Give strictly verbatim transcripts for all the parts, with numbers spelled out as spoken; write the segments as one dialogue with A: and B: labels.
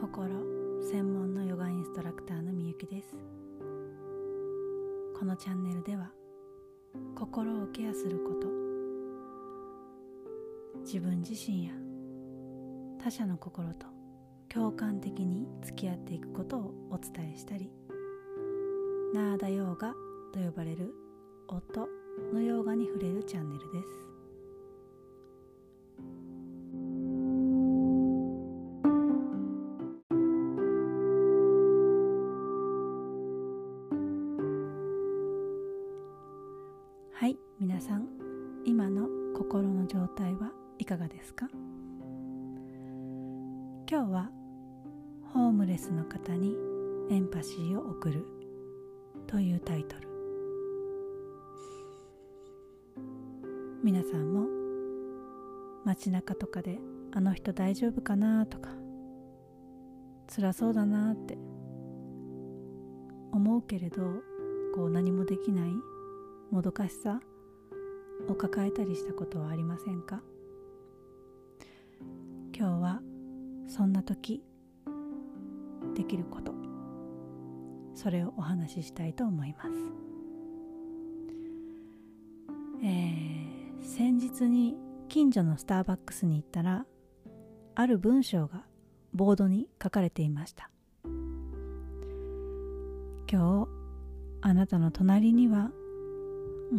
A: 心専門のヨガインストラクターのみゆきです。このチャンネルでは心をケアすること、自分自身や他者の心と共感的に付き合っていくことをお伝えしたり、ナーダヨーガと呼ばれる音のヨーガに触れるチャンネルです。はい、皆さん、今の心の状態はいかがですか？今日はホームレスの方にエンパシーを送るというタイトル。皆さんも街中とかであの人大丈夫かなとか、辛そうだなって思うけれど、こう何もできないもどかしさを抱えたりしたことはありませんか？今日はそんな時できること、それをお話ししたいと思います。えー、先日に近所のスターバックスに行ったら、ある文章がボードに書かれていました。今日あなたの隣にはうん、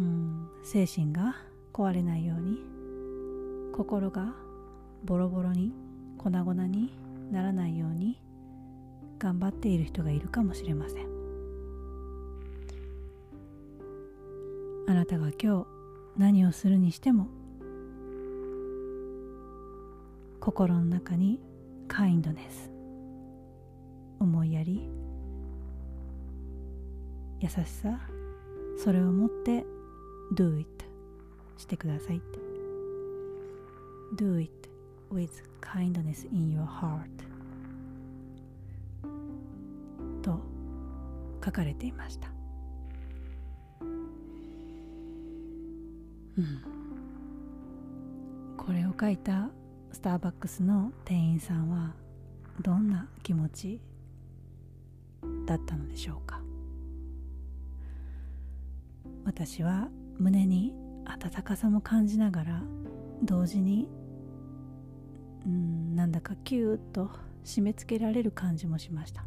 A: 精神が壊れないように、心がボロボロに粉々にならないように頑張っている人がいるかもしれません。あなたが今日何をするにしても、心の中にカインドネス、思いやり、優しさ、それを持ってDo it してくださいって。 Do it with kindness in your heart と書かれていました。うん、これを書いたスターバックスの店員さんはどんな気持ちだったのでしょうか。私は胸に温かさも感じながら、同時にうーんなんだかキューッと締め付けられる感じもしました。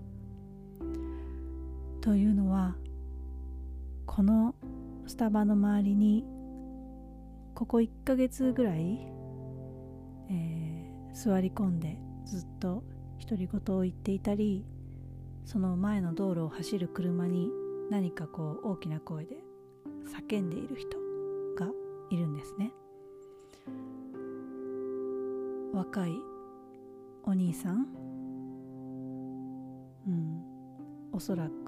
A: というのは、このスタバの周りにここいっかげつぐらい、えー、座り込んでずっと独り言を言っていたり、その前の道路を走る車に何かこう大きな声で叫んでいる人がいるんですね。若いお兄さん、うん、おそらく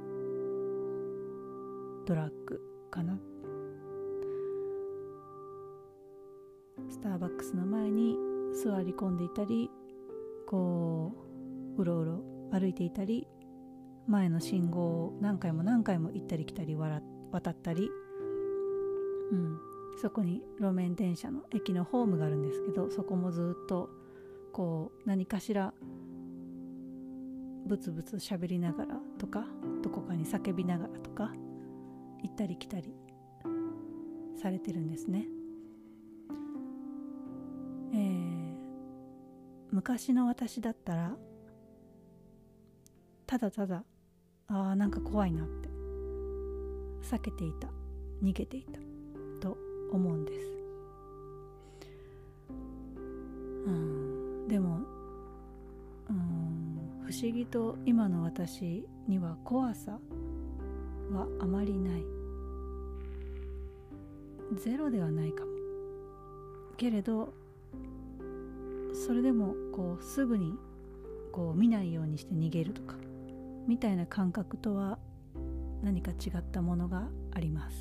A: ドラッグかな。スターバックスの前に座り込んでいたり、こううろうろ歩いていたり、前の信号を何回も何回も行ったり来たり笑渡ったり、うん、そこに路面電車の駅のホームがあるんですけど、そこもずっとこう何かしらブツブツ喋りながらとか、どこかに叫びながらとか行ったり来たりされてるんですね。えー、昔の私だったらただただあーなんか怖いなって避けていた、逃げていたと思うんです。うん、でもうん不思議と今の私には怖さはあまりない。ゼロではないかもけれど、それでもこうすぐにこう見ないようにして逃げるとかみたいな感覚とは何か違ったものがあります。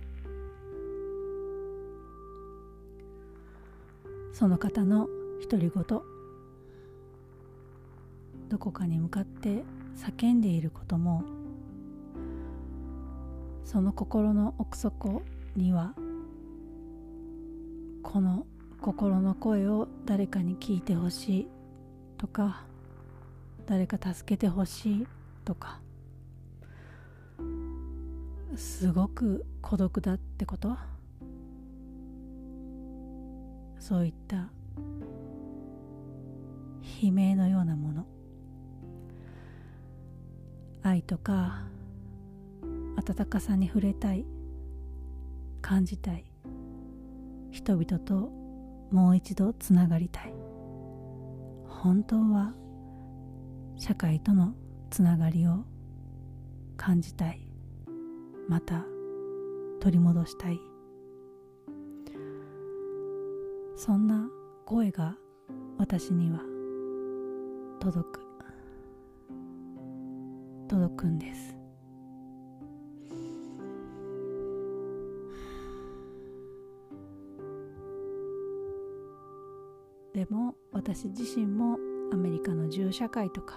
A: その方の独り言、どこかに向かって叫んでいることも、その心の奥底には、この心の声を誰かに聞いてほしいとか、 誰か助けてほしいとか、すごく孤独だってこと、そういった悲鳴のようなもの、愛とか温かさに触れたい、感じたい、人々ともう一度つながりたい、本当は社会とのつながりを感じたい、また取り戻したい、そんな声が私には届く届くんです。でも私自身もアメリカの銃社会とか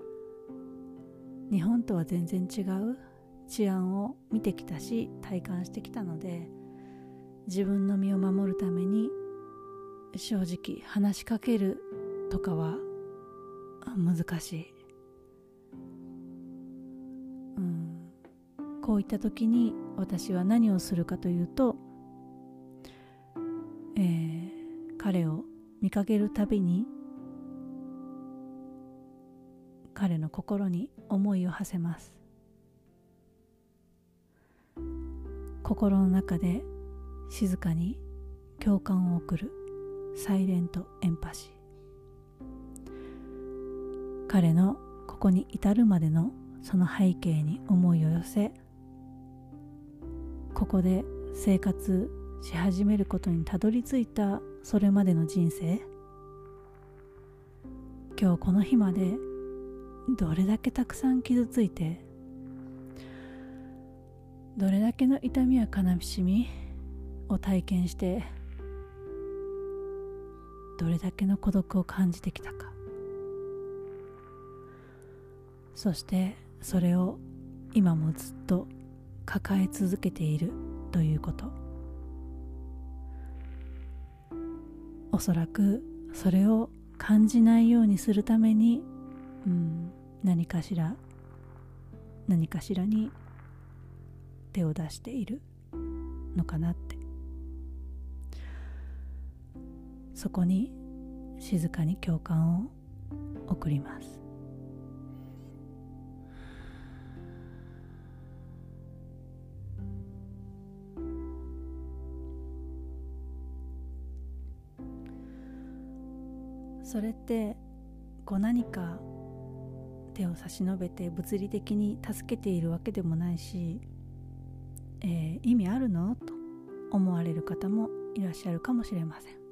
A: 日本とは全然違う治安を見てきたし体感してきたので、自分の身を守るために正直話しかけるとかは難しい、うん、こういった時に私は何をするかというと、えー、彼を見かけるたびに彼の心に思いを馳せます。心の中で静かに共感を送るサイレントエンパシー、彼のここに至るまでのその背景に思いを寄せ、ここで生活し始めることにたどり着いたそれまでの人生、今日この日までどれだけたくさん傷ついて、どれだけの痛みや悲しみを体験して、どれだけの孤独を感じてきたか、そしてそれを今もずっと抱え続けているということ、おそらくそれを感じないようにするために、うん、何かしら何かしらに手を出しているのかなって、そこに静かに共感を送ります。それってこう何か手を差し伸べて物理的に助けているわけでもないし、えー、意味あるのと思われる方もいらっしゃるかもしれません。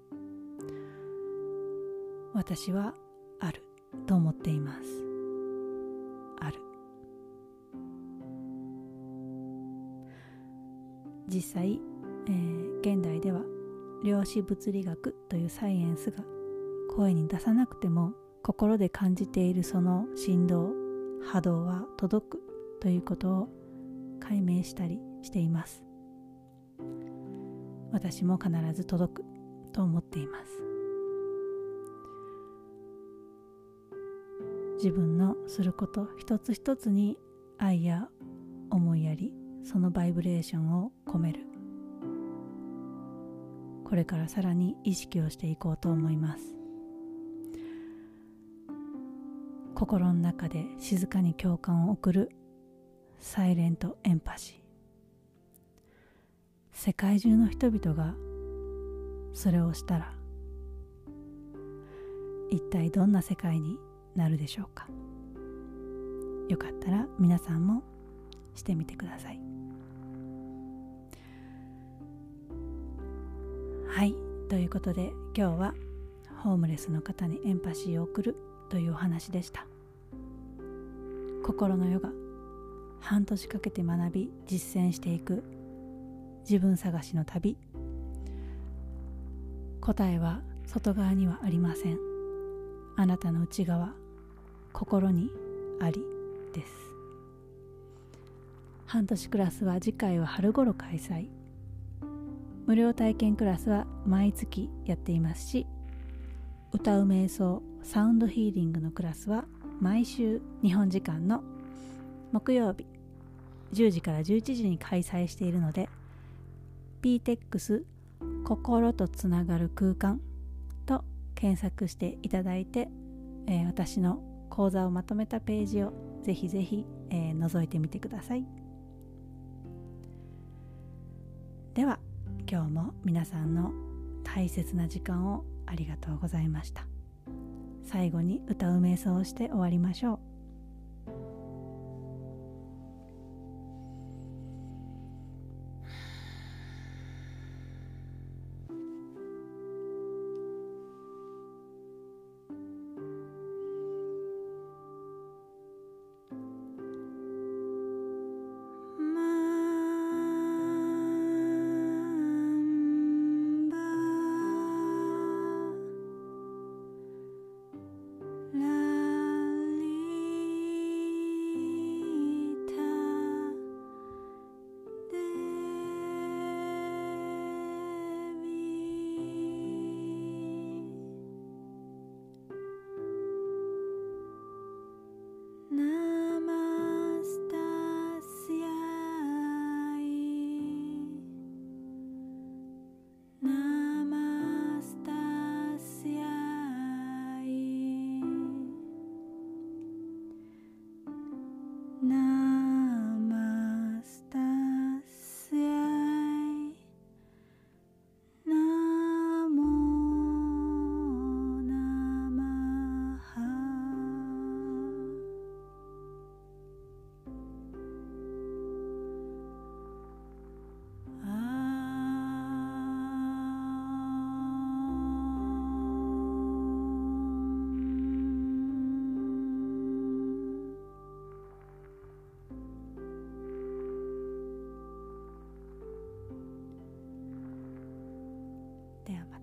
A: 私はあると思っています。ある。実際、えー、現代では量子物理学というサイエンスが声に出さなくても心で感じているその振動、波動は届くということを解明したりしています。私も必ず届くと思っています。自分のすること一つ一つに愛や思いやり、そのバイブレーションを込める。これからさらに意識をしていこうと思います。心の中で静かに共感を送るサイレントエンパシー。世界中の人々がそれをしたら一体どんな世界になるでしょうか。よかったら皆さんもしてみてください。はい、ということで今日はホームレスの方にエンパシーを送るというお話でした。心のヨガ、半年かけて学び実践していく自分探しの旅。答えは外側にはありません。あなたの内側、心にありです。半年クラスは次回は春頃開催。無料体験クラスは毎月やっていますし、歌う瞑想サウンドヒーリングのクラスは毎週日本時間の木曜日じゅうじからじゅういちじに開催しているので、 ピーテックス 心とつながる空間と検索していただいて、えー、私の講座をまとめたページをぜひぜひ、えー、覗いてみてください。では今日も皆さんの大切な時間をありがとうございました。最後に歌う瞑想をして終わりましょう。ではまた。